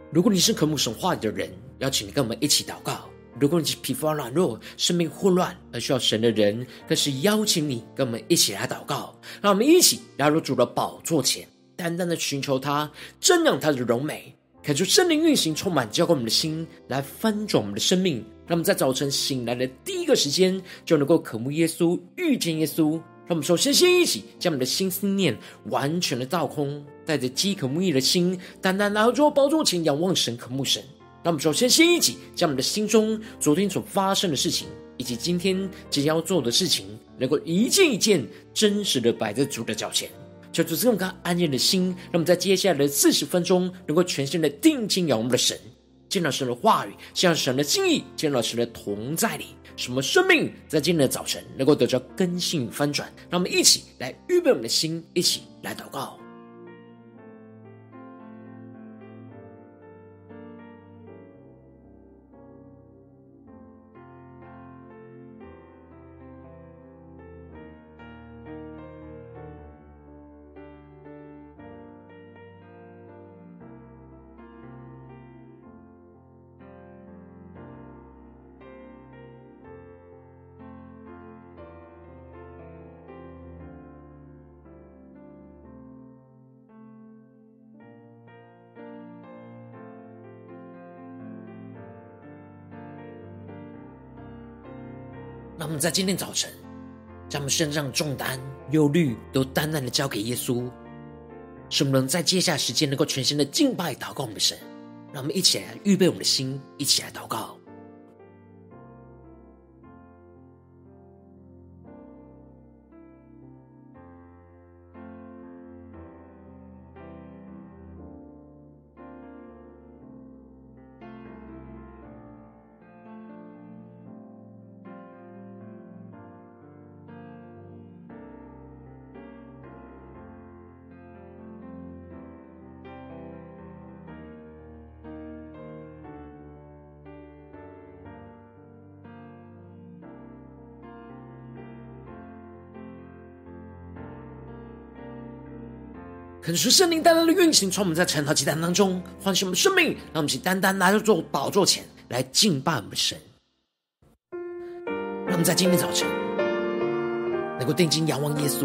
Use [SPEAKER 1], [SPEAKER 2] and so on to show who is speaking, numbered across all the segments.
[SPEAKER 1] 如果你是渴慕神话语的人，邀请你跟我们一起祷告。如果你是疲乏软弱、生命混乱而需要神的人，更是邀请你跟我们一起来祷告。让我们一起来入主的宝座前，单单的寻求他，瞻仰他的荣美，恳求圣灵运行充满浇灌我们的心，来翻转我们的生命。让我们在早晨醒来的第一个时间，就能够渴慕耶稣，遇见耶稣。让我们首先一起将我们的心思念完全的倒空，带着饥渴慕义的心，单单来到宝座前仰望神，渴慕神。让我们首先一起将我们的心中昨天所发生的事情，以及今天即将要做的事情，能够一件一件真实的摆在主的脚前。求主赐我们安静的心，让我们在接下来的40分钟，能够全心的定睛仰望我们的神，见到神的话语，见到神的心意，见到神的同在里，什么生命在今天的早晨能够得到更新与翻转。让我们一起来预备我们的心，一起来祷告。让我们在今天早晨将我们身上的重担忧虑都单单的交给耶稣，使我们能在接下来时间能够全心的敬拜祷告我们的神。让我们一起来预备我们的心，一起来祷告。恳求圣灵单单的运行，从我们在晨祷祭坛当中唤醒我们生命，让我们一起单单来到做宝座前来敬拜我们的神。让我们在今天早晨能够定睛仰望耶稣，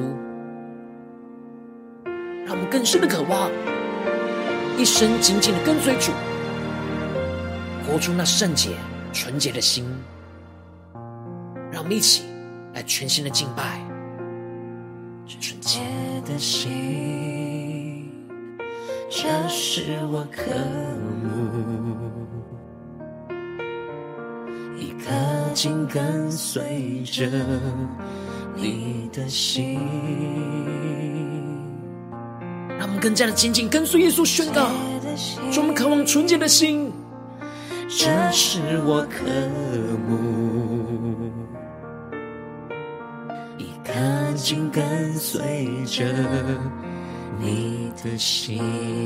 [SPEAKER 1] 让我们更深的渴望一生紧紧的跟随主，活出那圣洁纯洁的心。让我们一起来全心的敬拜
[SPEAKER 2] 纯洁的心，这是我渴慕，一颗紧跟随着你的心。
[SPEAKER 1] 让我们更加的紧紧跟随耶稣宣告，说我们渴望纯洁的心，
[SPEAKER 2] 这是我渴慕，一颗紧跟随着你的心。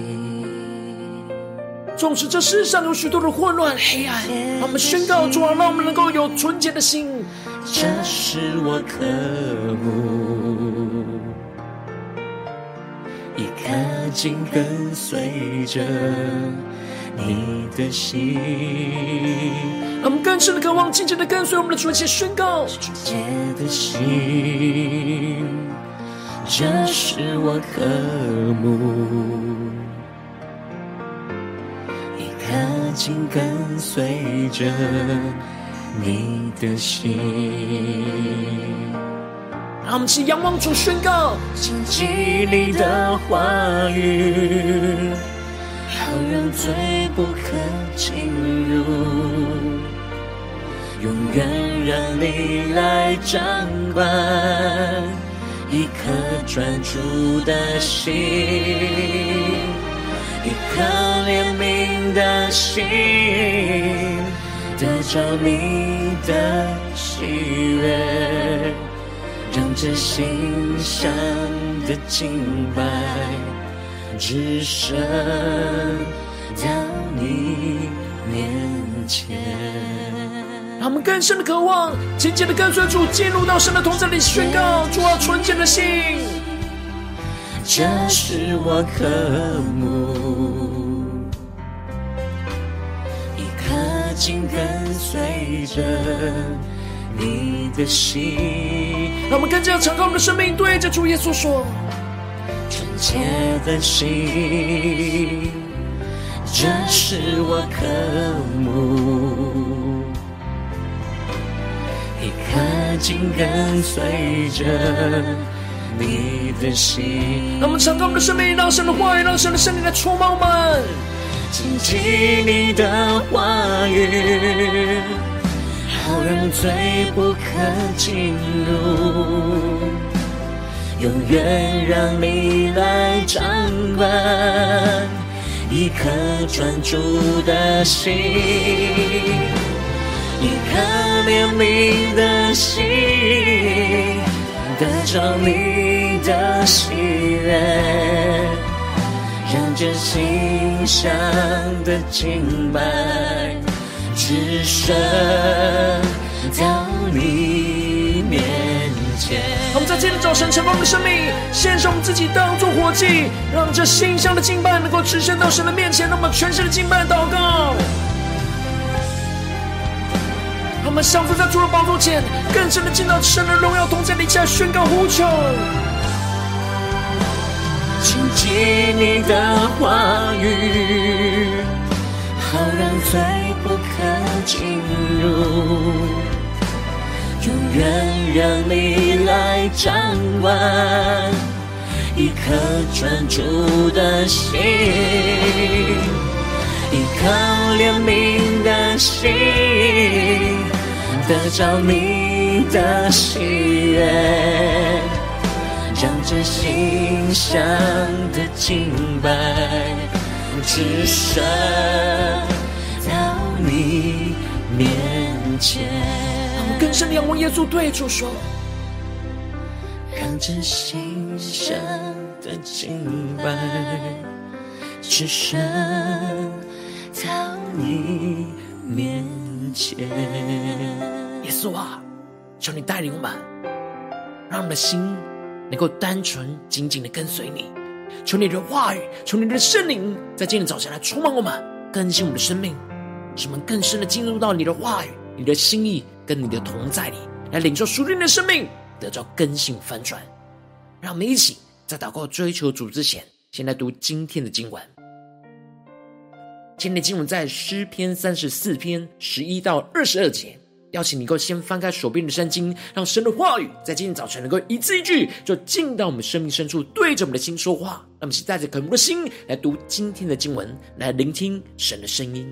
[SPEAKER 1] 纵使这世上有许多的混乱黑暗，让我们宣告主啊，让我们能够有纯洁的心，
[SPEAKER 2] 这是我渴慕，一颗紧跟随着你的心。
[SPEAKER 1] 让我们更深的渴望紧紧的跟随我们的主，一起宣告
[SPEAKER 2] 纯洁的心，这是我渴慕，一颗紧跟随着你的心。
[SPEAKER 1] 让我们一起仰望主宣告，
[SPEAKER 2] 谨记你的话语，好让罪不可进入，永远让你来掌管，一颗专注的心，一颗怜悯的心，得着你的喜悦，让这心上的敬拜只剩到你面前。
[SPEAKER 1] 让我们更深的渴望紧紧的跟随主，进入到神的同在里宣告主啊，纯洁的心，
[SPEAKER 2] 这是我渴慕， 紧跟随着你的心。
[SPEAKER 1] 让我们更加敞开我们的生命，对着主耶稣说：
[SPEAKER 2] 纯洁的心，这是我渴慕，一颗紧跟随着你的心。
[SPEAKER 1] 让我们敞开我们的生命，让神的话语，让神的圣灵来充满我们，
[SPEAKER 2] 谨记你的话语，好让罪不可进入，永远让你来掌管，一颗专注的心，一颗怜悯的心，得着你的喜悦，让这心上的敬拜只剩到你面前。
[SPEAKER 1] 我们在今天早晨，成功的生命献上我们自己当作活祭，让这心上的敬拜能够直升到神的面前。让我们全身的敬拜祷告，让我们降服在主的宝座前，更深的进到神的荣耀同在里下宣告呼求。
[SPEAKER 2] 谨记你的话语，好让罪不可进入，永远让你来掌管，一颗专注的心，一颗怜悯的心，得着你的喜悦，让这心上的敬拜只剩到你面前。
[SPEAKER 1] 更深的仰望耶稣，对主说：
[SPEAKER 2] 让这心上的敬拜只剩到你面前。
[SPEAKER 1] 耶稣啊，求你带领我们，让我们的心能够单纯紧紧的跟随你。求你的话语，求你的圣灵在今天早晨来充满我们，更新我们的生命，使我们更深的进入到你的话语、你的心意跟你的同在里，来领受属灵的生命，得到更新翻转。让我们一起在祷告追求主之前，先来读今天的经文。今天的经文在诗篇34篇11到22节。邀请你能够先翻开手边的圣经，让神的话语在今天早晨能够一字一句就进到我们生命深处，对着我们的心说话。让我们一起带着渴慕的心来读今天的经文，来聆听神的声音。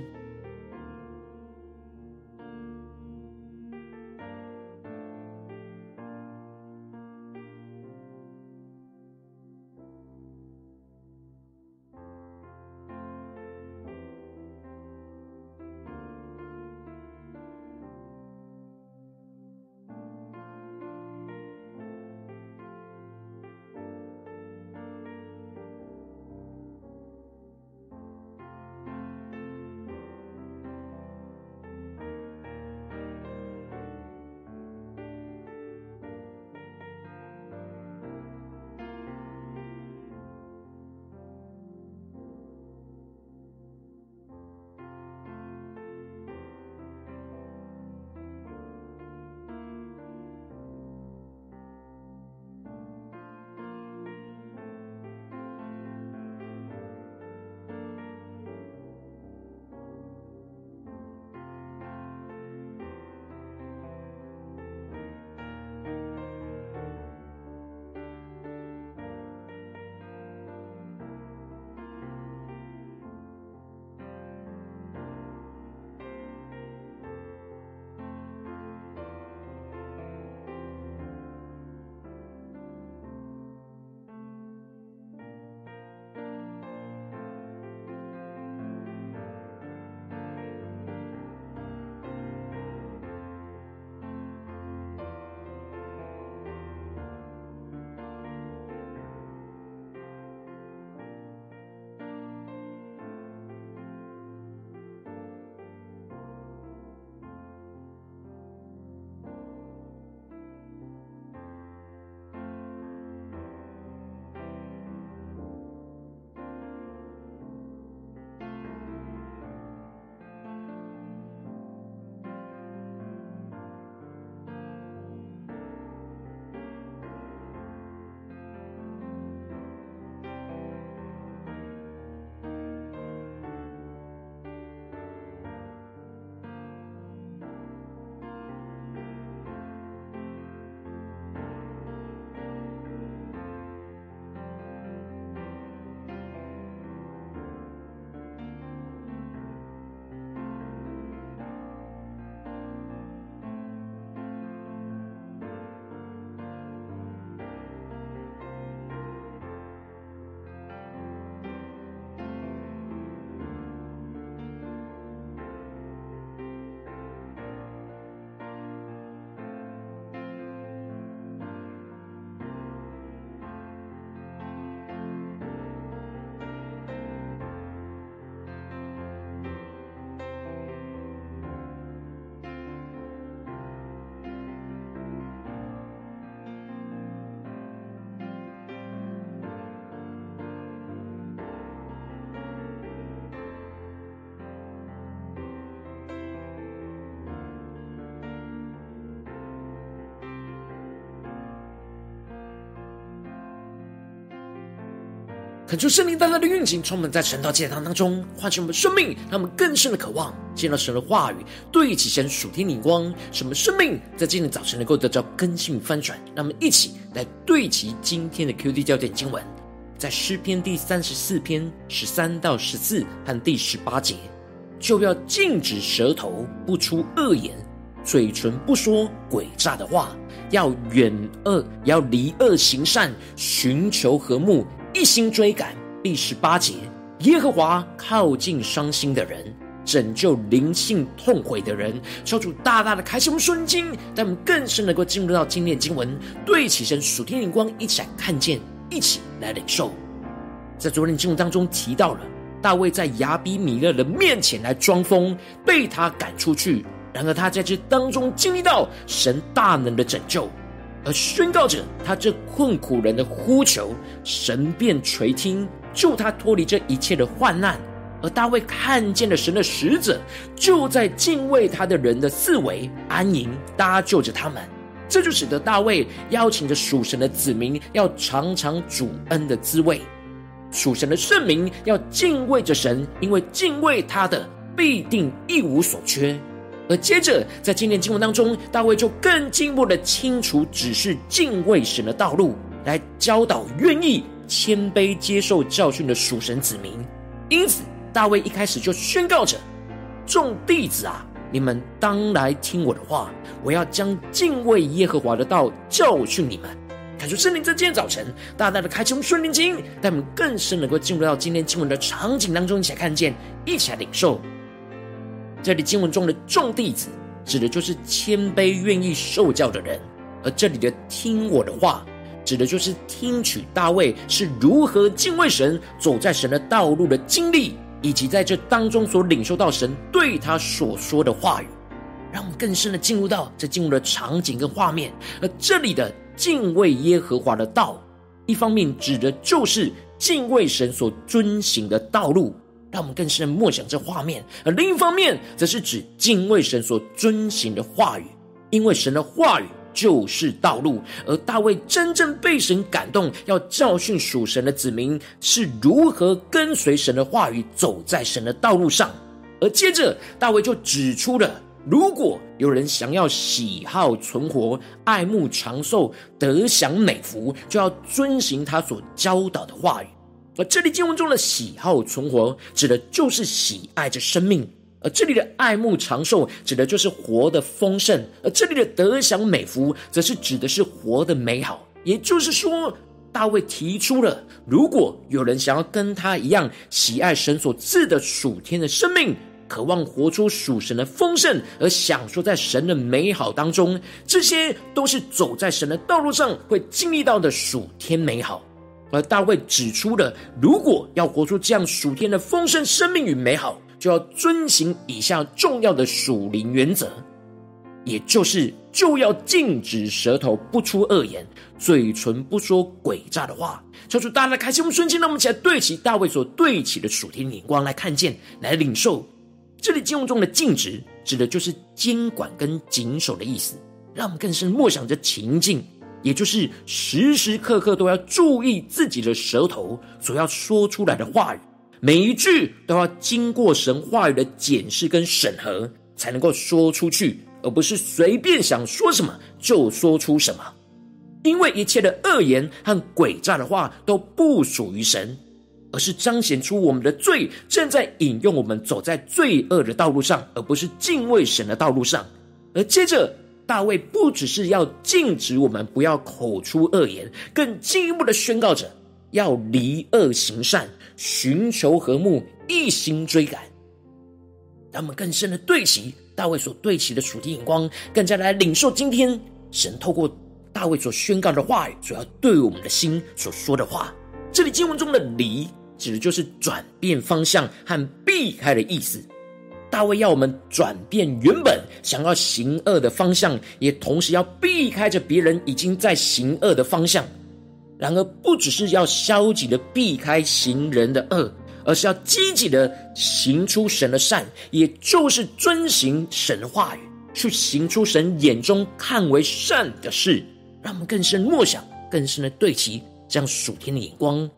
[SPEAKER 1] 恳求圣灵大大的运行，充满在晨祷祭坛当中，唤醒我们生命，让我们更深的渴望见到神的话语，对齐神属天灵光，使我们生命在今天早晨能够得到更新与翻转。让我们一起来对齐今天的 QD 焦点经文，在诗篇第34篇13到14和第18节，就要禁止舌头不出恶言，嘴唇不说诡诈的话，要离恶行善，寻求和睦，一心追赶。第18节，耶和华靠近伤心的人，拯救灵性痛悔的人。求主大大的开启我们顺经，让我们更深能够进入到今天的经文，对齐神属天灵光，一起来看见，一起来领受。在昨天经文当中提到了大卫在亚比米勒的面前来装疯，被他赶出去。然而他在这当中经历到神大能的拯救，而宣告着他这困苦人的呼求，神便垂听，救他脱离这一切的患难。而大卫看见了神的使者就在敬畏他的人的四围安营，搭救着他们。这就使得大卫邀请着属神的子民要尝尝主恩的滋味，属神的圣民要敬畏着神，因为敬畏他的必定一无所缺。而接着在今天经文当中，大卫就更进一步的清楚指示敬畏神的道路，来教导愿意谦卑接受教训的属神子民。因此大卫一开始就宣告着：众弟子啊，你们当来听我的话，我要将敬畏耶和华的道教训你们。感谢圣灵在今天早晨大大的开启我们顺灵经，带我们更深能够进入到今天经文的场景当中，一起来看见，一起来领受。这里经文中的众弟子指的就是谦卑愿意受教的人，而这里的听我的话指的就是听取大卫是如何敬畏神，走在神的道路的经历，以及在这当中所领受到神对他所说的话语，让我们更深的进入到这经文的场景跟画面。而这里的敬畏耶和华的道，一方面指的就是敬畏神所遵行的道路，让我们更深的默想这画面；而另一方面则是指敬畏神所遵行的话语，因为神的话语就是道路。而大卫真正被神感动，要教训属神的子民是如何跟随神的话语，走在神的道路上。而接着大卫就指出了，如果有人想要喜好存活，爱慕长寿，得享美福，就要遵行他所教导的话语。而这里经文中的喜好存活指的就是喜爱着生命，而这里的爱慕长寿指的就是活得丰盛，而这里的得享美福则是指的是活得美好。也就是说，大卫提出了，如果有人想要跟他一样喜爱神所赐的属天的生命，渴望活出属神的丰盛，而享受在神的美好当中，这些都是走在神的道路上会经历到的属天美好。而大卫指出了，如果要活出这样属天的丰盛生命与美好，就要遵行以下重要的属灵原则，也就要禁止舌头不出恶言，嘴唇不说诡诈的话。求主大家来开启我们瞬间，让我们一起来对齐大卫所对齐的属天眼光，来看见，来领受。这里经文中的禁止指的就是监管跟谨守的意思，让我们更深默想着情境，也就是时时刻刻都要注意自己的舌头所要说出来的话语，每一句都要经过神话语的检视跟审核，才能够说出去，而不是随便想说什么就说出什么。因为一切的恶言和诡诈的话都不属于神，而是彰显出我们的罪正在引诱我们走在罪恶的道路上，而不是敬畏神的道路上。而接着大卫不只是要禁止我们不要口出恶言，更进一步的宣告着要离恶行善，寻求和睦，一心追赶。让我们更深的对齐大卫所对齐的属天眼光，更加来领受今天神透过大卫所宣告的话语，所要对我们的心所说的话。这里经文中的离指的就是转变方向和避开的意思。大卫要我们转变原本想要行恶的方向，也同时要避开着别人已经在行恶的方向。然而不只是要消极的避开行人的恶，而是要积极的行出神的善，也就是遵行神的话语，去行出神眼中看为善的事。让我们更深默想，更深的对齐这样属天的眼光。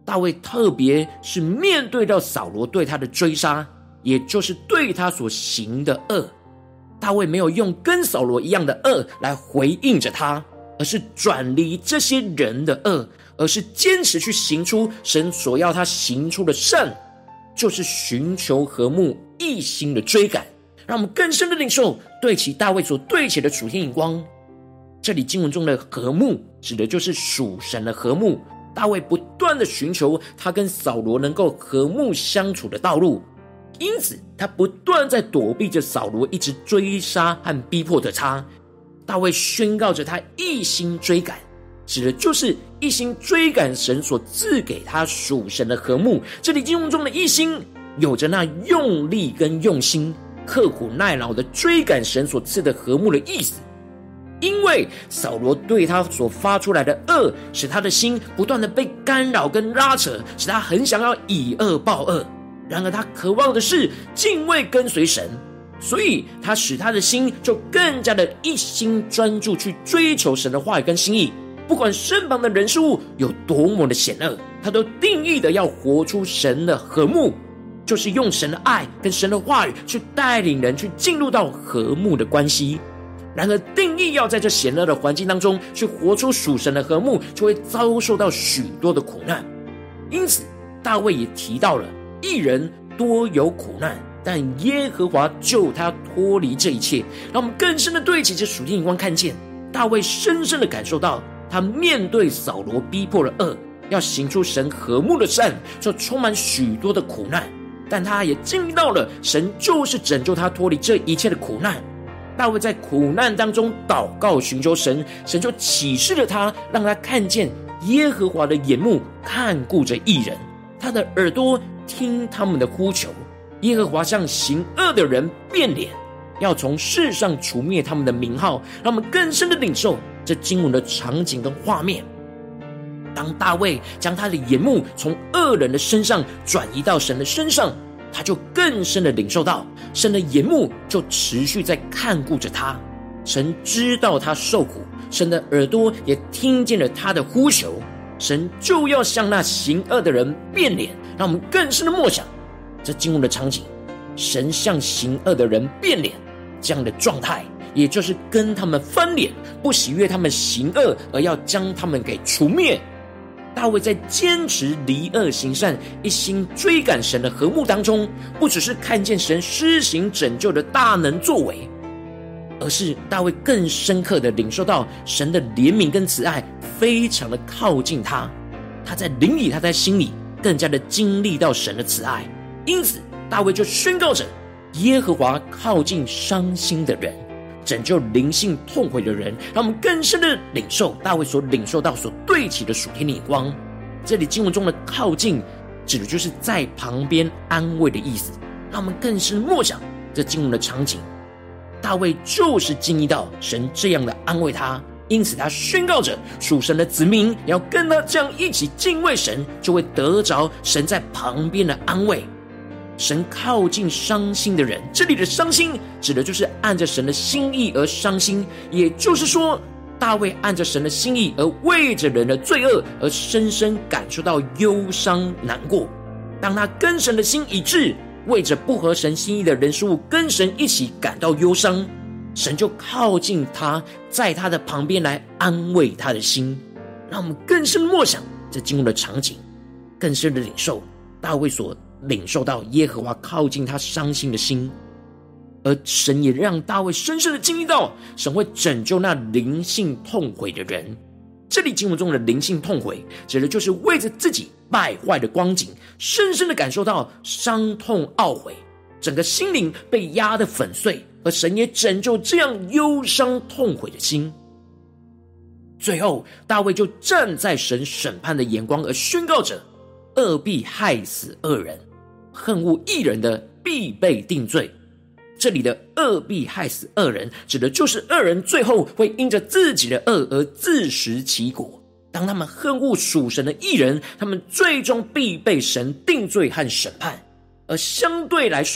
[SPEAKER 1] 大卫特别是面对到扫罗对他的追杀，也就是对他所行的恶，大卫没有用跟扫罗一样的恶来回应着他，而是转离这些人的恶，而是坚持去行出神所要他行出的善，就是寻求和睦，一心的追赶。让我们更深的领受对齐大卫所对齐的属天眼光。这里经文中的和睦指的就是属神的和睦，大卫不断的寻求他跟扫罗能够和睦相处的道路，因此他不断在躲避着扫罗一直追杀和逼迫的他。大卫宣告着他一心追赶，指的就是一心追赶神所赐给他属神的和睦。这里经文中的一心有着那用力跟用心，刻苦耐劳的追赶神所赐的和睦的意思。因为扫罗对他所发出来的恶，使他的心不断的被干扰跟拉扯，使他很想要以恶报恶。然而他渴望的是敬畏跟随神，所以他使他的心就更加的一心专注去追求神的话语跟心意。不管身旁的人事物有多么的险恶，他都定义的要活出神的和睦，就是用神的爱跟神的话语去带领人去进入到和睦的关系。然而定义要在这险恶的环境当中去活出属神的和睦，就会遭受到许多的苦难。因此大卫也提到了义人多有苦难，但耶和华救他脱离这一切。让我们更深的对齐这属天眼光，看见大卫深深的感受到，他面对扫罗逼迫的恶，要行出神和睦的善，就充满许多的苦难，但他也经历到了神就是拯救他脱离这一切的苦难。大卫在苦难当中祷告寻求神，神就启示了他，让他看见耶和华的眼目看顾着义人，他的耳朵听他们的呼求。耶和华向行恶的人变脸，要从世上除灭他们的名号。让我们更深的领受这经文的场景跟画面。当大卫将他的眼目从恶人的身上转移到神的身上，他就更深的领受到神的眼目就持续在看顾着他。神知道他受苦，神的耳朵也听见了他的呼求，神就要向那行恶的人变脸。让我们更深的默想这经文的场景，神向行恶的人变脸这样的状态，也就是跟他们翻脸，不喜悦他们行恶，而要将他们给除灭。大卫在坚持离恶行善，一心追赶神的和睦当中，不只是看见神施行拯救的大能作为，而是大卫更深刻的领受到神的怜悯跟慈爱非常的靠近他，他在灵里，他在心里更加的经历到神的慈爱。因此大卫就宣告着，耶和华靠近伤心的人，拯救灵性痛悔的人。让我们更深的领受大卫所领受到所对齐的属天眼光。这里经文中的靠近指的就是在旁边安慰的意思。让我们更深默想这经文的场景，大卫就是经历到神这样的安慰他，因此他宣告着属神的子民也要跟他这样一起敬畏神，就会得着神在旁边的安慰。神靠近伤心的人，这里的伤心指的就是按着神的心意而伤心，也就是说大卫按着神的心意而为着人的罪恶而深深感受到忧伤难过。当他跟神的心一致，为着不合神心意的人事物跟神一起感到忧伤，神就靠近他，在他的旁边来安慰他的心。让我们更深默想这经文的场景，更深的领受大卫所领受到耶和华靠近他伤心的心，而神也让大卫深深的经历到神会拯救那灵性痛悔的人。这里经文中的灵性痛悔指的就是为着自己败坏的光景，深深的感受到伤痛懊悔，整个心灵被压得粉碎，而神也拯救这样忧伤痛悔的心。最后大卫就站在神审判的眼光而宣告着，恶必害死恶人，恨恶义人的必被定罪。这里的恶必害死恶人指的就是恶人最后会因着自己的恶而自食其果。当他们恨恶属神的义人，他们最终必被神定罪和审判。而相对来说，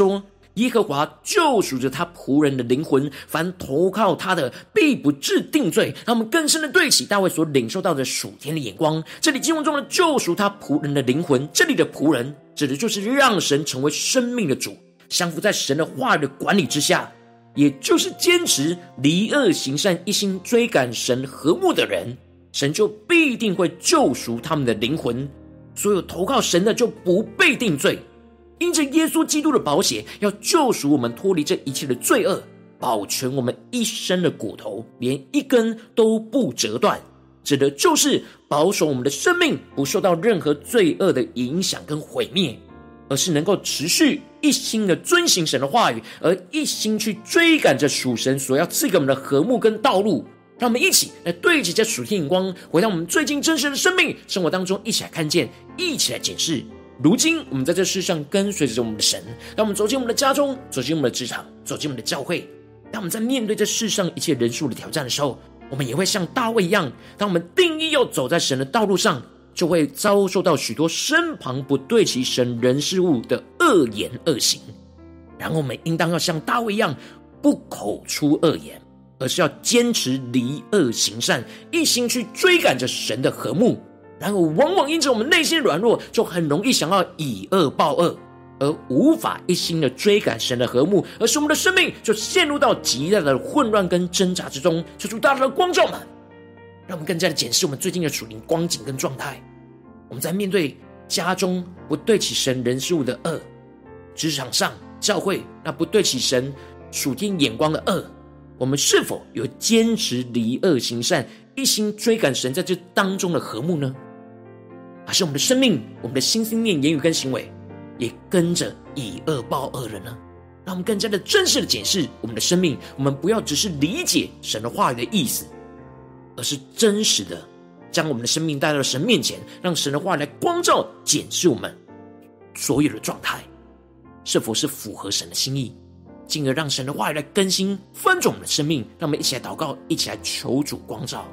[SPEAKER 1] 耶和华救赎着他仆人的灵魂，凡投靠他的必不致定罪。让我们更深的对齐大卫所领受到的属天的眼光。这里经文中的救赎他仆人的灵魂，这里的仆人指的就是让神成为生命的主，降服在神的话语的管理之下，也就是坚持离恶行善，一心追赶神和睦的人，神就必定会救赎他们的灵魂。所有投靠神的就不被定罪，因着耶稣基督的宝血，要救赎我们脱离这一切的罪恶，保全我们一生的骨头，连一根都不折断，指的就是保守我们的生命不受到任何罪恶的影响跟毁灭，而是能够持续一心的遵行神的话语，而一心去追赶着属神所要赐给我们的和睦跟道路。让我们一起来对齐这属天眼光，回到我们最近真实的生命生活当中，一起来看见，一起来检视。如今我们在这世上跟随着我们的神，当我们走进我们的家中，走进我们的职场，走进我们的教会，当我们在面对这世上一切人数的挑战的时候，我们也会像大卫一样，当我们定义要走在神的道路上，就会遭受到许多身旁不对齐神人事物的恶言恶行。然后我们应当要像大卫一样，不口出恶言，而是要坚持离恶行善，一心去追赶着神的和睦。然后往往因着我们内心软弱，就很容易想要以恶报恶，而无法一心的追赶神的和睦，而使我们的生命就陷入到极大的混乱跟挣扎之中。求主大大的光照们，让我们更加的检视我们最近的属灵光景跟状态。我们在面对家中不对齐神人事物的恶，职场上教会那不对齐神属天眼光的恶，我们是否有坚持离恶行善，一心追赶神在这当中的和睦呢？还是我们的生命，我们的心思念言语跟行为也跟着以恶报恶了呢？让我们更加的正式的检视我们的生命，我们不要只是理解神的话语的意思，而是真实的将我们的生命带到神面前，让神的话语来光照检视我们所有的状态是否是符合神的心意，进而让神的话语来更新翻转我们的生命。让我们一起来祷告，一起来求主光照。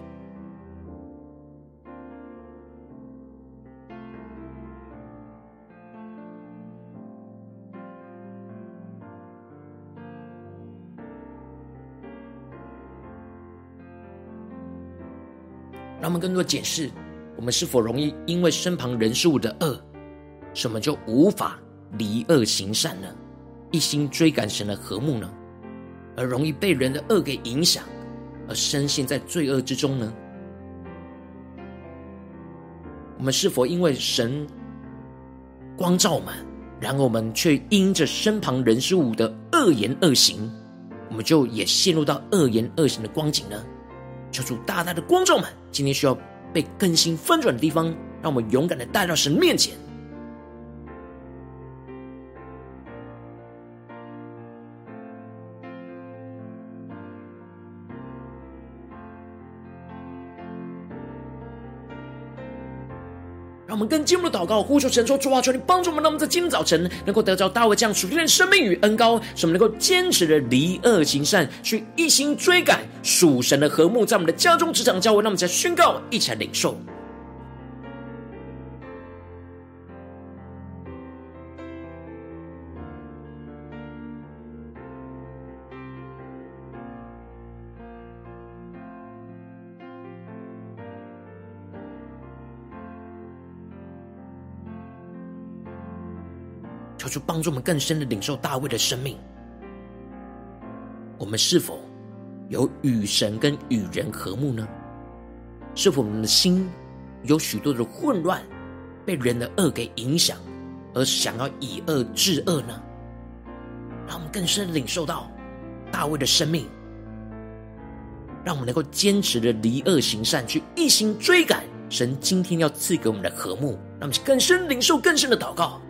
[SPEAKER 1] 让我们更多检视，我们是否容易因为身旁人事物的恶，使我们就无法离恶行善呢？一心追赶神的和睦呢？而容易被人的恶给影响，而深陷在罪恶之中呢？我们是否因为神光照我们，然后我们却因着身旁人事物的恶言恶行，我们就也陷入到恶言恶行的光景呢？求主大大的光照我们，今天需要被更新翻转的地方，让我们勇敢的带到神面前。让我们更进一步的祷告，呼求神说：主啊，求你帮助我们，让我们在今天早晨能够得着大卫这样属天的生命与恩膏，使我们能够坚持的离恶行善，去一心追赶属神的和睦，在我们的家中、职场、教会。让我们再宣告，一起来领受。求主帮助我们更深的领受大卫的生命。我们是否有与神跟与人和睦呢？是否我们的心有许多的混乱，被人的恶给影响，而想要以恶制恶呢？让我们更深的领受到大卫的生命，让我们能够坚持的离恶行善，去一心追赶神今天要赐给我们的和睦。让我们更深领受更深的祷告。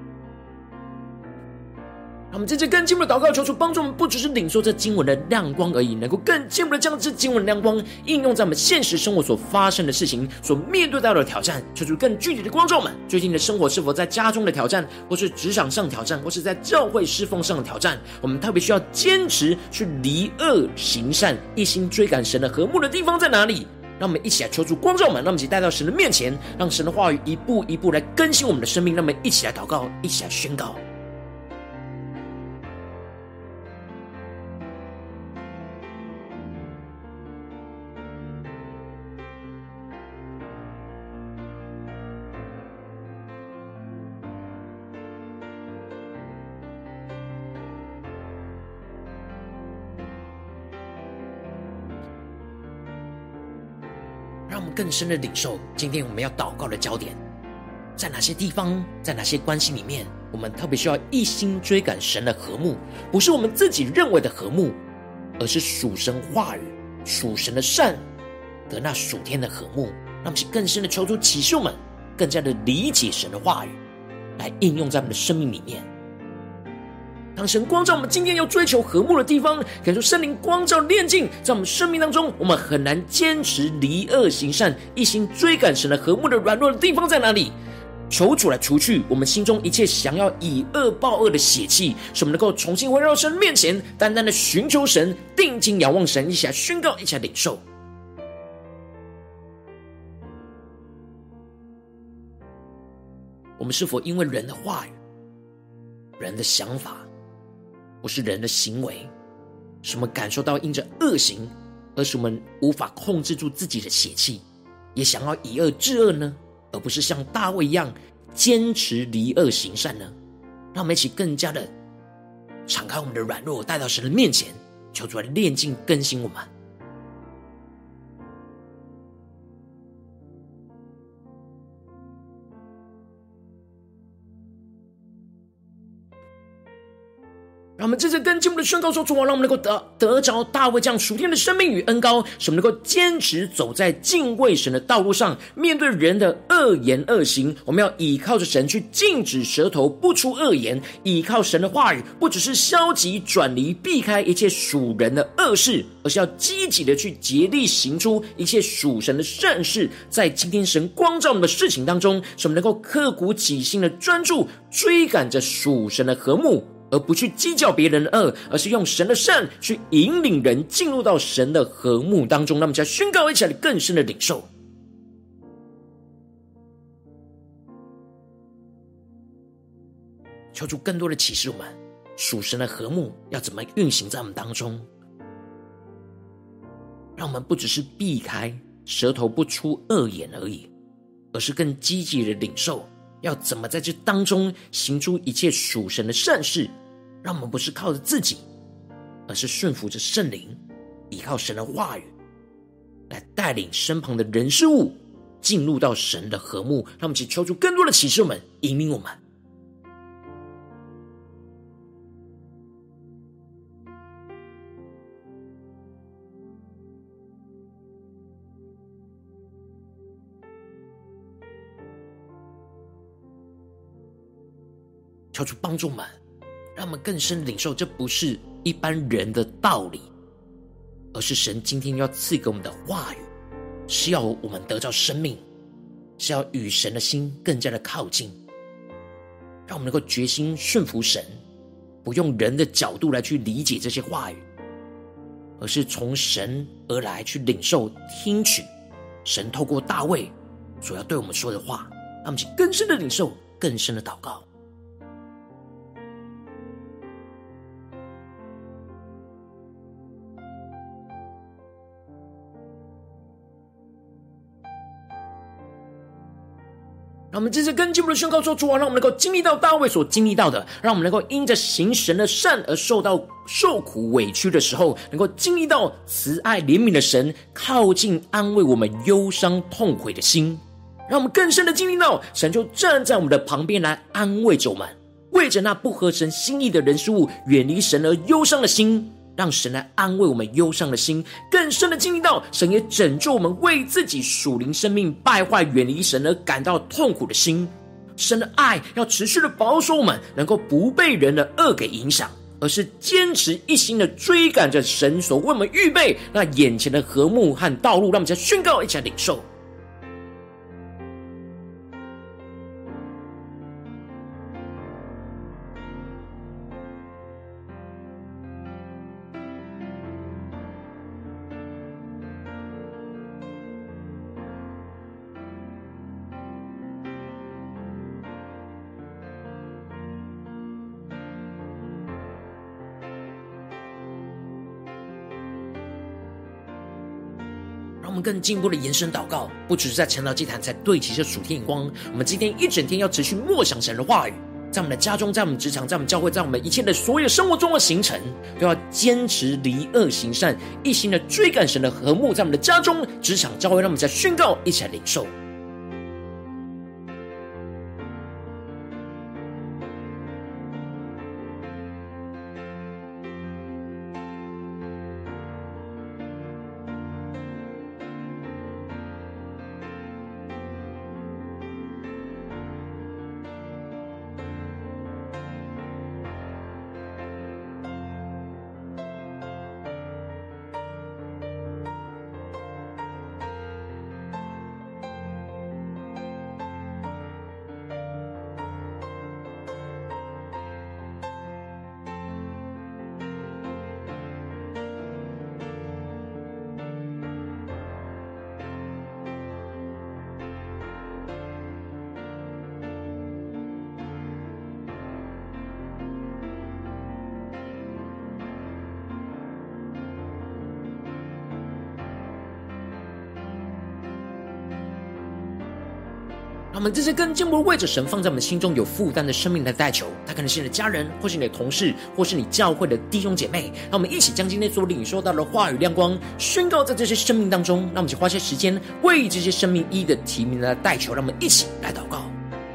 [SPEAKER 1] 让我们在这更进一步的祷告，求主帮助我们，不只是领受这经文的亮光而已，能够更进一步的将这经文的亮光应用在我们现实生活所发生的事情，所面对到的挑战。求主更具体的光照我们，最近的生活是否在家中的挑战，或是职场上挑战，或是在教会侍奉上的挑战，我们特别需要坚持去离恶行善，一心追赶神的和睦的地方在哪里？让我们一起来求主光照我们，让我们一起带到神的面前，让神的话语一步一步来更新我们的生命。让我们一起来祷告，一起来宣告。 让我们更深的领受今天我们要祷告的焦点，在哪些地方，在哪些关系里面，我们特别需要一心追赶神的和睦，不是我们自己认为的和睦，而是属神话语、属神的善的那属天的和睦。让我们更深的求主启示我们，更加的理解神的话语，来应用在我们的生命里面。当神光照我们今天要追求和睦的地方，感受圣灵光照炼净在我们生命当中，我们很难坚持离恶行善，一心追赶神的和睦的软弱的地方在哪里？求主来除去我们心中一切想要以恶报恶的血气，使我们能够重新回到神面前，单单的寻求神，定睛仰望神，一起来宣告，一起来领受。我们是否因为人的话语、人的想法，不是人的行为，使我们感受到因着恶行，而使我们无法控制住自己的血气，也想要以恶制恶呢？而不是像大卫一样坚持离恶行善呢？让我们一起更加的敞开我们的软弱，带到神的面前，求主来炼净更新我们。让我们接着跟进我们的宣告说，主啊，让我们能够得着大卫这样属天的生命与恩膏，使我们能够坚持走在敬畏神的道路上，面对人的恶言恶行，我们要倚靠着神去禁止舌头不出恶言，倚靠神的话语，不只是消极转离避开一切属人的恶事，而是要积极的去竭力行出一切属神的善事，在今天神光照我们的事情当中，使我们能够刻骨己心的专注追赶着属神的和睦，而不去计较别人的恶，而是用神的善去引领人进入到神的和睦当中。那么，就要宣告一起来更深的领受，求主更多的启示我们属神的和睦要怎么运行在我们当中，让我们不只是避开舌头不出恶言而已，而是更积极的领受要怎么在这当中行出一切属神的善事，让我们不是靠着自己，而是顺服着圣灵，依靠神的话语来带领身旁的人事物进入到神的和睦。让我们请求主更多的启示我们，引领我们。求主帮助我们，让我们更深领受，这不是一般人的道理，而是神今天要赐给我们的话语，是要我们得到生命，是要与神的心更加的靠近，让我们能够决心顺服神，不用人的角度来去理解这些话语，而是从神而来去领受听取神透过大卫所要对我们说的话。让我们请更深的领受，更深的祷告。让我们接着跟进我们的宣告说，主啊，让我们能够经历到大卫所经历到的，让我们能够因着行神的善而受苦委屈的时候，能够经历到慈爱怜悯的神靠近安慰我们忧伤痛悔的心，让我们更深的经历到神就站在我们的旁边来安慰着我们，为着那不合神心意的人事物远离神而忧伤的心，让神来安慰我们忧伤的心，更深的经历到神也拯救我们为自己属灵生命败坏远离神而感到痛苦的心。神的爱要持续的保守我们，能够不被人的恶给影响，而是坚持一心的追赶着神所为我们预备那眼前的和睦和道路。让我们再宣告，一起来领受。让我们更进一步的延伸祷告，不只是在晨祷祭坛才对齐这属天眼光，我们今天一整天要持续默想神的话语， 在我们的家中，在我们职场，在我们教会，在我们一切的所有生活中的行程，都要坚持离恶行善，一心的追赶神的和睦。在我们的家中、职场、教会，让我们在宣告，一起来领受。让我们这些更进一步为着神放在我们心中有负担的生命来代求，他可能是你的家人，或是你的同事，或是你教会的弟兄姐妹。让我们一起将今天所领受到的话语亮光宣告在这些生命当中。让我们一起花些时间为这些生命一一的提名来代求。让我们一起来祷告。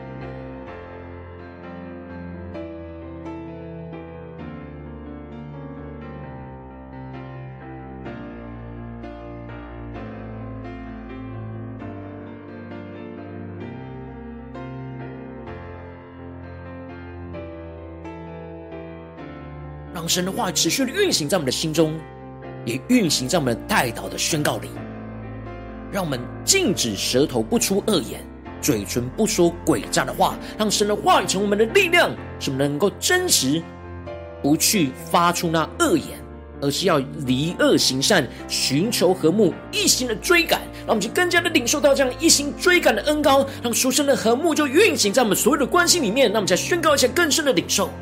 [SPEAKER 1] 让神的话语持续的运行在我们的心中，也运行在我们的代祷的宣告里。让我们禁止舌头不出恶言，嘴唇不说诡诈的话，让神的话语成为我们的力量，使我们能够真实不去发出那恶言，而是要离恶行善，寻求和睦，一心的追赶。让我们就更加的领受到这样一心追赶的恩膏，让属神的和睦就运行在我们所有的关系里面。让我们再宣告一下更深的领受。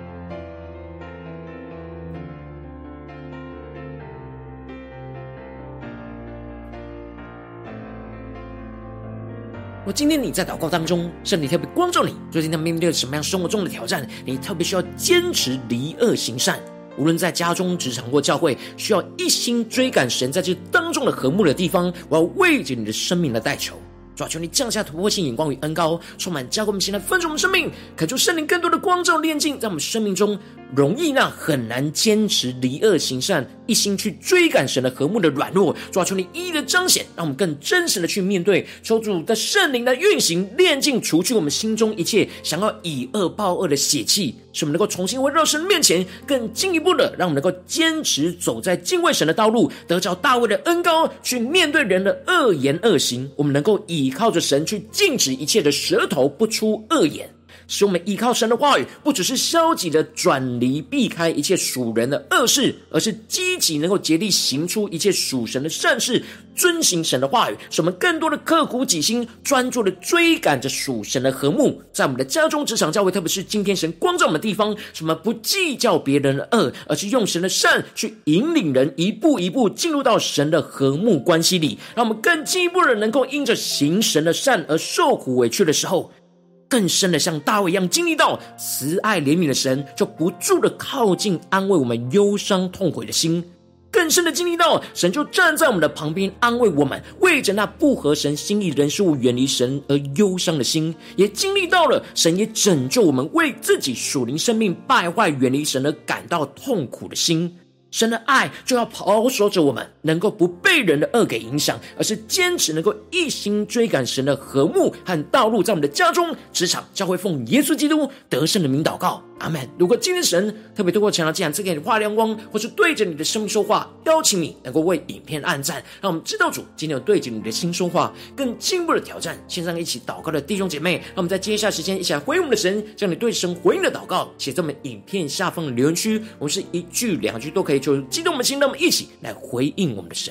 [SPEAKER 1] 若今天你在祷告当中，圣灵特别光照你，最近在面对什么样生活中的挑战，你特别需要坚持离恶行善。无论在家中、职场或教会，需要一心追赶神在这当中的和睦的地方，我要为着你的生命来代求。主啊，求你降下突破性眼光与恩膏，充满浇灌我们现在分盛我们生命，恳求圣灵更多的光照炼净，在我们生命中容易那很难坚持离恶行善，一心去追赶神的和睦的软弱。主啊，求你一一的彰显，让我们更真实的去面对，求主的圣灵的运行炼净，除去我们心中一切想要以恶报恶的血气，使我们能够重新回到神面前，更进一步的让我们能够坚持走在敬畏神的道路，得着大卫的恩膏，去面对人的恶言恶行。我们能够倚靠着神去禁止一切的舌头不出恶言，使我们依靠神的话语，不只是消极的转离避开一切属人的恶事，而是积极能够竭力行出一切属神的善事，遵行神的话语，使我们更多的刻苦己心，专注的追赶着属神的和睦，在我们的家中、职场、教会，特别是今天神光照我们的地方，使我们不计较别人的恶，而是用神的善去引领人一步一步进入到神的和睦关系里，让我们更进一步的能够因着行神的善而受苦委屈的时候，更深的像大卫一样经历到慈爱怜悯的神，就不住的靠近安慰我们忧伤痛悔的心，更深的经历到神就站在我们的旁边安慰我们，为着那不合神心意人事物远离神而忧伤的心，也经历到了神也拯救我们为自己属灵生命败坏远离神而感到痛苦的心。神的爱就要保守着我们，能够不被人的恶给影响，而是坚持能够一心追赶神的和睦和道路，在我们的家中、职场、教会，奉耶稣基督得胜的名祷告，阿们。如果今天神特别透过晨祷这样赐给你话亮光，或是对着你的生命说话，邀请你能够为影片按赞，让我们知道主今天有对着你的心说话，更进一步的挑战线上一起祷告的弟兄姐妹，让我们在接下来时间一起来回应我们的神，将你对神回应的祷告写在我们影片下方的留言区，我们是一句两句都可以，就激动我们的心，让我们一起来回应我们的神。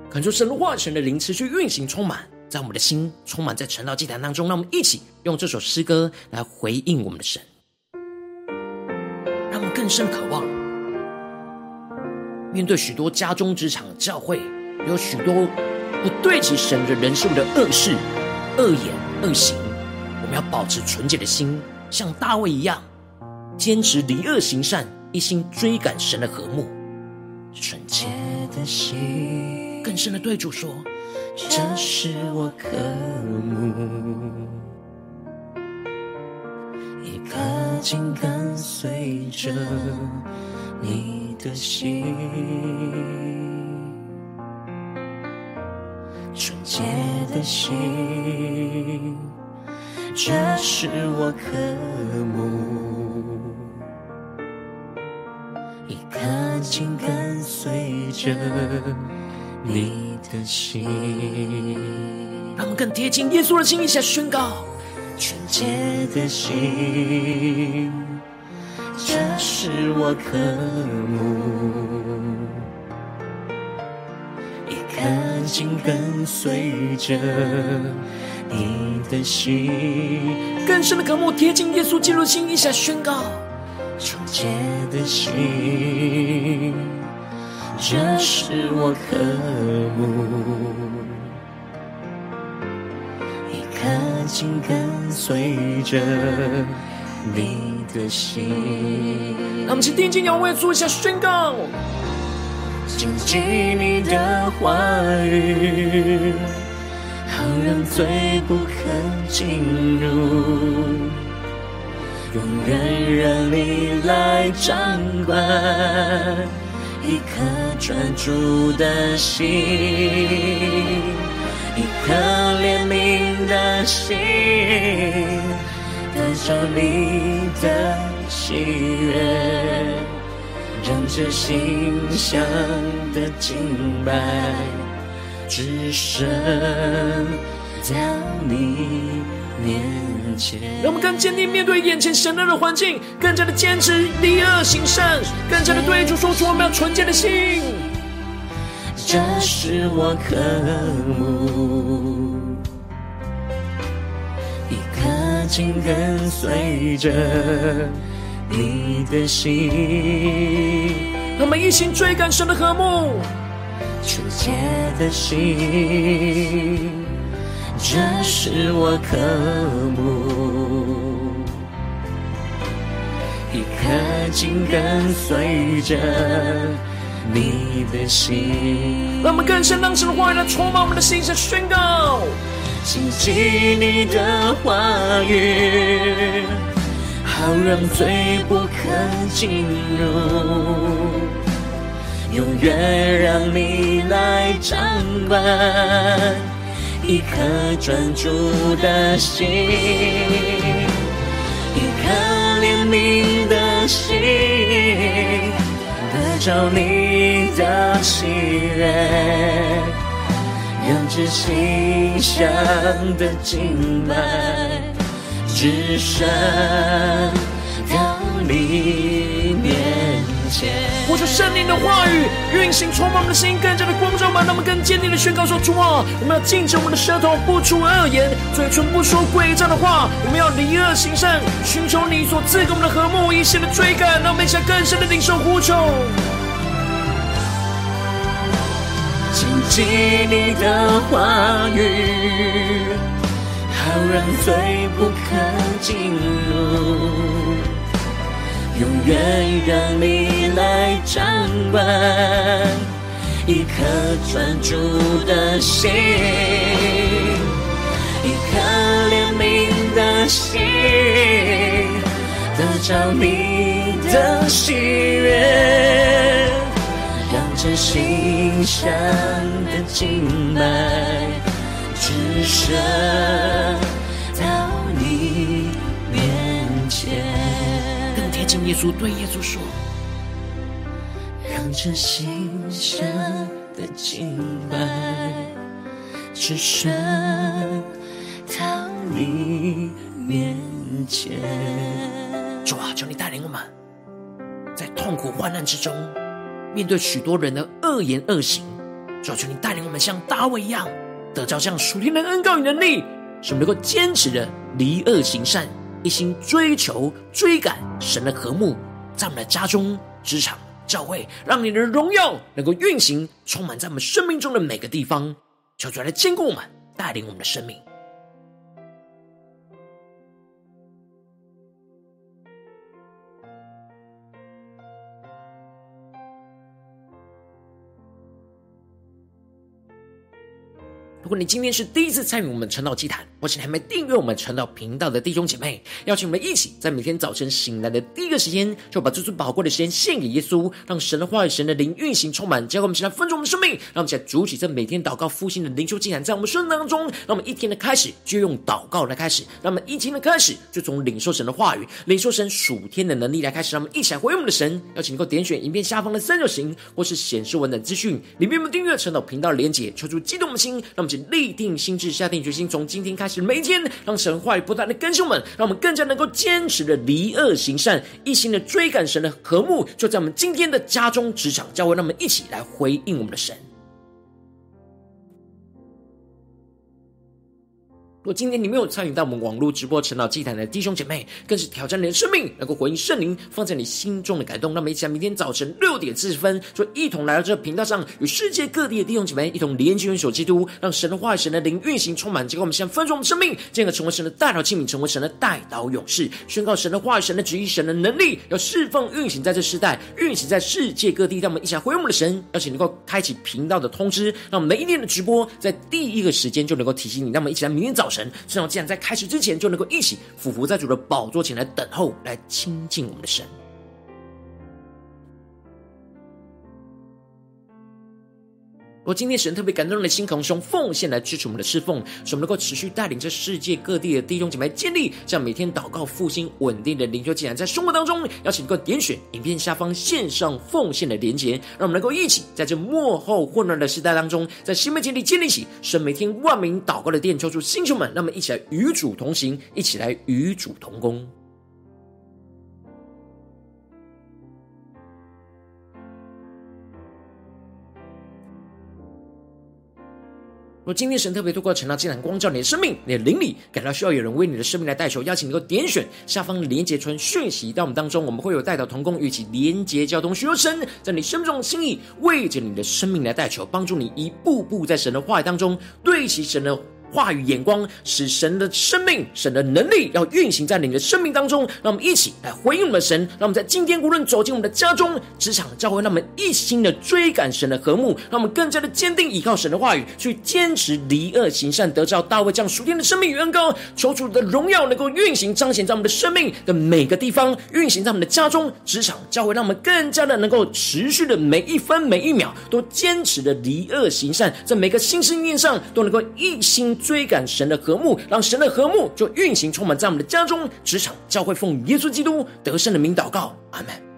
[SPEAKER 1] 恳求神的话语、神的灵持续运行充满在我们的心，充满在晨祷祭坛当中。让我们一起用这首诗歌来回应我们的神，让我们更深渴望面对许多家中职场教会有许多不对齐神的人事物的恶事、恶言、恶行，我们要保持纯洁的心，像大卫一样坚持离恶行善，一心追赶神的和睦。纯洁的心，更深的对主说，这是我渴慕，一颗心跟随着你的心，纯洁的心，这是我渴慕，一颗心跟随着你的心。让我们更贴近耶稣的心，一起来宣告，纯洁的心，这是我渴慕，一颗心跟随着你的心。更深的渴慕贴近耶稣基督的心，一起来宣告，纯洁的心，这是我渴慕，一颗心跟随着你的心。让我们请定睛仰望主，一下宣告，谨记你的话语，好让罪不可进入，永远让你来掌管，一颗专注的心，一颗怜悯的心，得着你的喜悦，让这心香的敬拜只剩到你面前。让我们更坚定面对眼前险恶的环境，更加的坚持离恶行善，更加的对主说出我们要纯洁的心。这是我渴慕，一颗心跟随着你的心。让我们一心追赶神的和睦，纯洁的心，这是我渴慕，一颗心跟随着你的心。让我们更深让神的话语来充满我们的心，宣告，谨记你的话语，好让罪不可进入，永远让你来掌管，一颗专注的心，一颗怜悯的心，得着你的喜悦，让这心香的敬拜只剩到你面前。呼求圣灵的话语运行充满我们的心，更加的光照满，让我们更坚定的宣告说，主啊，我们要禁止我们的舌头不出恶言，嘴唇不说诡诈的话，我们要离恶行善，寻求你所赐给我们的和睦，一心的追赶。让我们一起更深的领受呼求，谨记你的话语，好让罪不可进入，永远让你来掌管，一颗专注的心，一颗怜悯的心，得着你的喜悦，让这心香的敬拜只剩到你面前。更贴近耶稣，对耶稣说，让这心香的敬拜只剩到你面前。主啊，求你带领我们在痛苦患难之中，面对许多人的恶言恶行， 主要求你带领我们像大卫一样，得着这样属天的恩膏与能力，使我们能够坚持的离恶行善，一心追求追赶神的和睦，在我们的家中、职场、教会，让你的荣耀能够运行，充满在我们生命中的每个地方。求主来坚固我们，带领我们的生命。如果你今天是第一次参与我们晨祷祭坛，或是还没订阅我们晨祷频道的弟兄姐妹，邀请我们一起在每天早晨醒来的第一个时间，就把这最宝贵的时间献给耶稣，让神的话语、神的灵运行充满，结果我们起来分盛我们的生命，让我们起来主起这每天祷告复兴的灵修祭坛，在我们生命当中，让我们一天的开始就用祷告来开始，让我们一天的开始就从领受神的话语、领受神属天的能力来开始，让我们一起来回应我们的神。邀请你能够点选影片下方的三角形，或是显示文的资讯，里面有没有订阅晨祷频道的连结，求出激动的心，让我们立定心志，下定决心，从今天开始每一天，让神话语不断的更新我们，让我们更加能够坚持的离恶行善，一心的追赶神的和睦，就在我们今天的家中、职场、教会，让我们一起来回应我们的神。如果今天你没有参与到我们网络直播晨祷祭坛的弟兄姐妹，更是挑战你的生命，能够回应圣灵放在你心中的感动。让我们一起来明天早晨6:40，就一同来到这个频道上，与世界各地的弟兄姐妹一同连接元首基督，让神的话语、神的灵运行充满。结果我们现在分盛我们生命，进而成为神的代祷器皿，成为神的代祷勇士，宣告神的话语、神的旨意、神的能力，要释放运行在这世代，运行在世界各地。让我们一起来回应我们的神，邀请能够开启频道的通知，让我们每一天的直播在第一个时间就能够提醒你。让我们一起来明天早晨，这样既然在开始之前就能够一起俯伏在主的宝座前来等候，来亲近我们的神。如果今天神特别感动的心，可以用奉献来支持我们的侍奉，使我们能够持续带领这世界各地的弟兄姐妹建立这样每天祷告复兴稳定的灵修祭坛，在生活当中邀请能够点选影片下方线上奉献的连结，让我们能够一起在这末后混乱的时代当中，在新媒体里建立起神每天万名祷告的殿，求主星球们，让我们一起来与主同行，一起来与主同工。若今天神特别透过晨祷祭坛光照你的生命，你的灵里感到需要有人为你的生命来代求，邀请能够点选下方的连结传讯息到我们当中，我们会有代祷同工与其连结交通，寻求神在你生命中的心意，为着你的生命来代求，帮助你一步步在神的话语当中对齐神的话语眼光，使神的生命、神的能力要运行在你的生命当中。让我们一起来回应我们的神，让我们在今天无论走进我们的家中、职场、教会，让我们一心的追赶神的和睦，让我们更加的坚定依靠神的话语，去坚持离恶行善，得着大卫这样属天的生命与恩膏。求主的荣耀能够运行彰显在我们的生命的每个地方，运行在我们的家中、职场、教会，让我们更加的能够持续的每一分每一秒都坚持的离恶行善，在每个心思意念上都能够一心追赶神的和睦，让神的和睦就运行充满在我们的家中、职场、教会，奉耶稣基督得胜的名祷告，阿们。